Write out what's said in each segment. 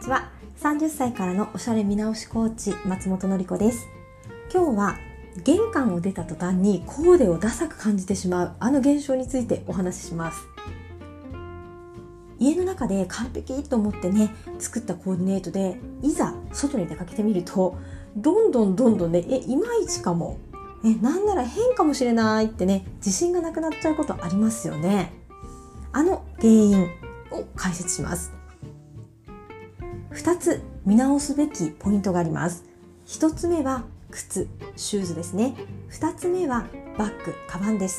ちは。30歳からのおしゃれ見直しコーチ松本のり子です。今日は玄関を出た途端にコーデをダサく感じてしまうあの現象についてお話しします。家の中で完璧と思ってね作ったコーディネートでいざ外に出かけてみるとどんどんねいまいちかもなんなら変かもしれないってね自信がなくなっちゃうことありますよね。あの原因を解説します。2つ見直すべきポイントがあります。1つ目は靴、シューズですね。2つ目はバッグ、カバンです。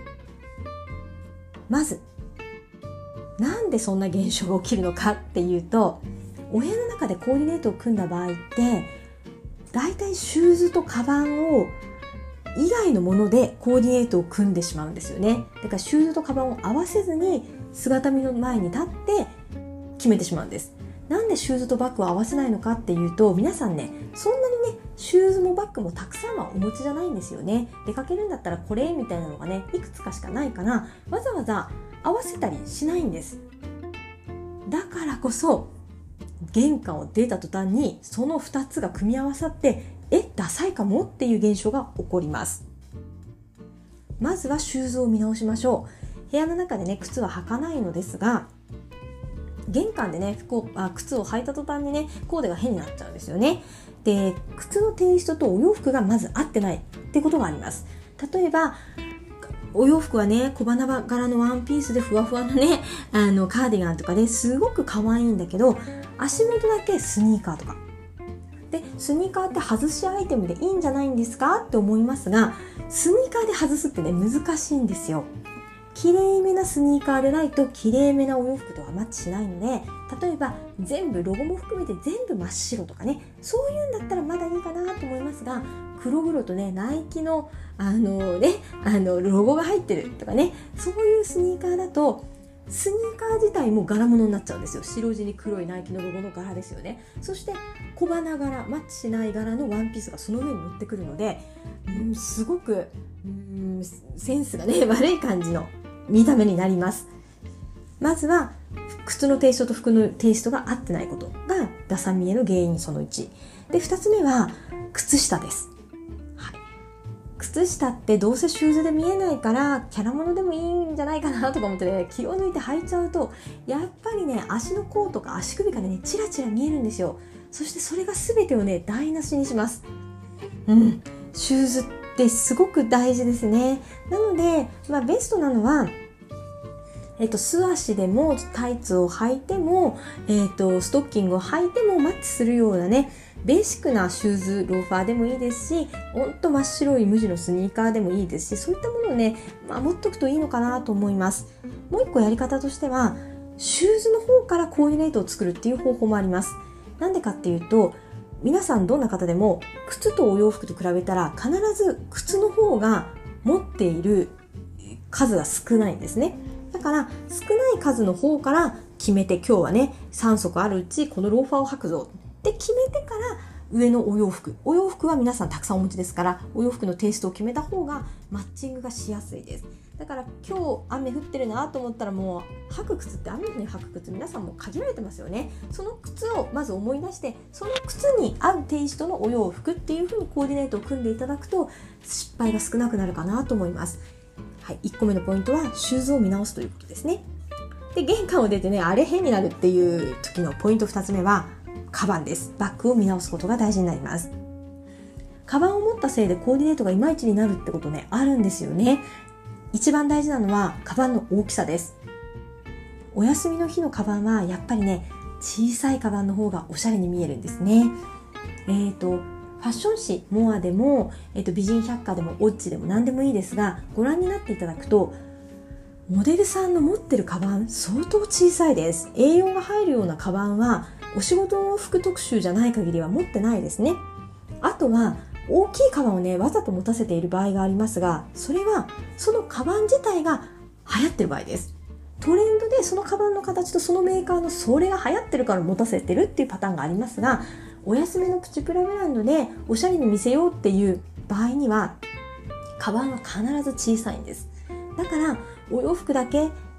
まずなんでそんな現象が起きるのかっていうと、お部屋の中でコーディネートを組んだ場合ってだいたいシューズとカバンを以外のものでコーディネートを組んでしまうんですよね。だからシューズとカバンを合わせずに姿見の前に立って決めてしまうんです。なんでシューズとバッグを合わせないのかっていうと、皆さんねそんなにねシューズもバッグもたくさんはお持ちじゃないんですよね。出かけるんだったらこれみたいなのがねいくつかしかないからわざわざ合わせたりしないんです。だからこそ玄関を出た途端にその2つが組み合わさってダサいかもっていう現象が起こります。まずはシューズを見直しましょう。部屋の中でね靴は履かないのですが、玄関でね靴を履いた途端にねコーデが変になっちゃうんですよね。で、靴のテイストとお洋服がまず合ってないってことがあります。例えばお洋服はね小花柄のワンピースでふわふわのねカーディガンとかですごく可愛いんだけど、足元だけスニーカーとかで、スニーカーって外しアイテムでいいんじゃないんですかって思いますが、スニーカーで外すってね難しいんですよ。綺麗めなスニーカーでないと綺麗めなお洋服とはマッチしないので、例えば全部ロゴも含めて全部真っ白とかね、そういうんだったらまだいいかなと思いますが、黒々とねナイキのロゴが入ってるとかね、そういうスニーカーだとスニーカー自体も柄物になっちゃうんですよ。白地に黒いナイキのロゴの柄ですよね。そして小花柄、マッチしない柄のワンピースがその上に乗ってくるので、すごくセンスがね悪い感じの見た目になります。まずは靴のテイストと服のテイストが合ってないことがダサ見えの原因その1で、2つ目は靴下です。靴下ってどうせシューズで見えないからキャラものでもいいんじゃないかなとか思ってね気を抜いて履いちゃうと、やっぱりね足の甲とか足首からねチラチラ見えるんですよ。そしてそれが全てをね台無しにします。シューズってすごく大事ですね。なので、ベストなのは素足でもタイツを履いても、ストッキングを履いてもマッチするようなねベーシックなシューズ、ローファーでもいいですし、ほんと真っ白い無地のスニーカーでもいいですし、そういったものをね持っとくといいのかなと思います。もう一個やり方としてはシューズの方からコーディネートを作るっていう方法もあります。なんでかっていうと、皆さんどんな方でも靴とお洋服と比べたら必ず靴の方が持っている数が少ないんですね。だから少ない数の方から決めて、今日はね3足あるうちこのローファーを履くぞって決めてから上のお洋服は皆さんたくさんお持ちですから、お洋服のテイストを決めた方がマッチングがしやすいです。だから今日雨降ってるなと思ったら、もう履く靴って雨の日に履く靴皆さんも限られてますよね。その靴をまず思い出して、その靴に合うテイストのお洋服っていう風にコーディネートを組んでいただくと失敗が少なくなるかなと思います。1個目のポイントはシューズを見直すということですね。で、玄関を出てねあれ変になるっていう時のポイント2つ目はカバンです。バッグを見直すことが大事になります。カバンを持ったせいでコーディネートがいまいちになるってことねあるんですよね。一番大事なのはカバンの大きさです。お休みの日のカバンはやっぱりね小さいカバンの方がおしゃれに見えるんですね。ファッション誌モアでも、美人百科でもオッチでも何でもいいですが、ご覧になっていただくとモデルさんの持ってるカバン相当小さいです。A4 が入るようなカバンはお仕事の服特集じゃない限りは持ってないですね。あとは大きいカバンをねわざと持たせている場合がありますが、それはそのカバン自体が流行ってる場合です。トレンドでそのカバンの形とそのメーカーのそれが流行ってるから持たせてるっていうパターンがありますが、お安めのプチプラブランドでおしゃれに見せようっていう場合にはカバンは必ず小さいんです。だからお洋服だけ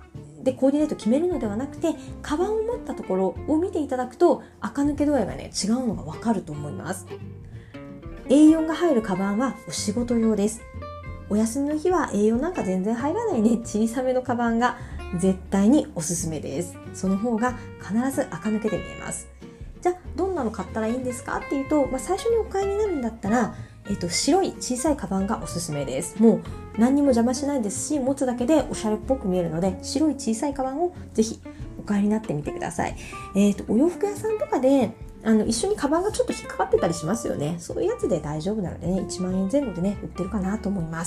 でコーディネート決めるのではなくて、カバンを持ったところを見ていただくと垢抜け度合いがね違うのがわかると思います。 A4 が入るカバンはお仕事用です。お休みの日は A4 なんか全然入らないね、小さめのカバンが絶対におすすめです。その方が必ず垢抜けて見えます。じゃあどんなの買ったらいいんですかっていうと、最初にお買いになるんだったら、白い小さいカバンがおすすめです。もう何にも邪魔しないですし、持つだけでおしゃれっぽく見えるので、白い小さいカバンをぜひお買いになってみてください。お洋服屋さんとかで一緒にカバンがちょっと引っかかってたりしますよね。そういうやつで大丈夫なのでね、1万円前後でね売ってるかなと思います。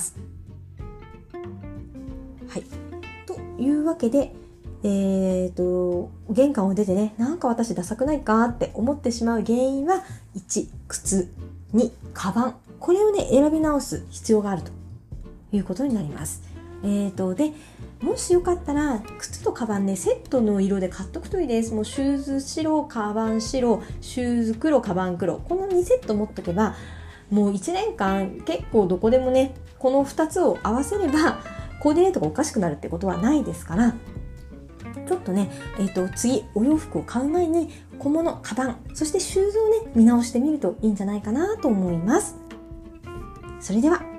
はい、というわけで、玄関を出てね、なんか私ダサくないかって思ってしまう原因は、1、靴、2、カバン、これをね選び直す必要があるということになります。でもしよかったら靴とカバンねセットの色で買っとくといいです。もうシューズ白、カバン白、シューズ黒、カバン黒、この2セット持っとけばもう1年間結構どこでもねこの2つを合わせればコーディネートがおかしくなるってことはないですから、ちょっとね、次お洋服を買う前に小物、カバン、そしてシューズをね見直してみるといいんじゃないかなと思います。それでは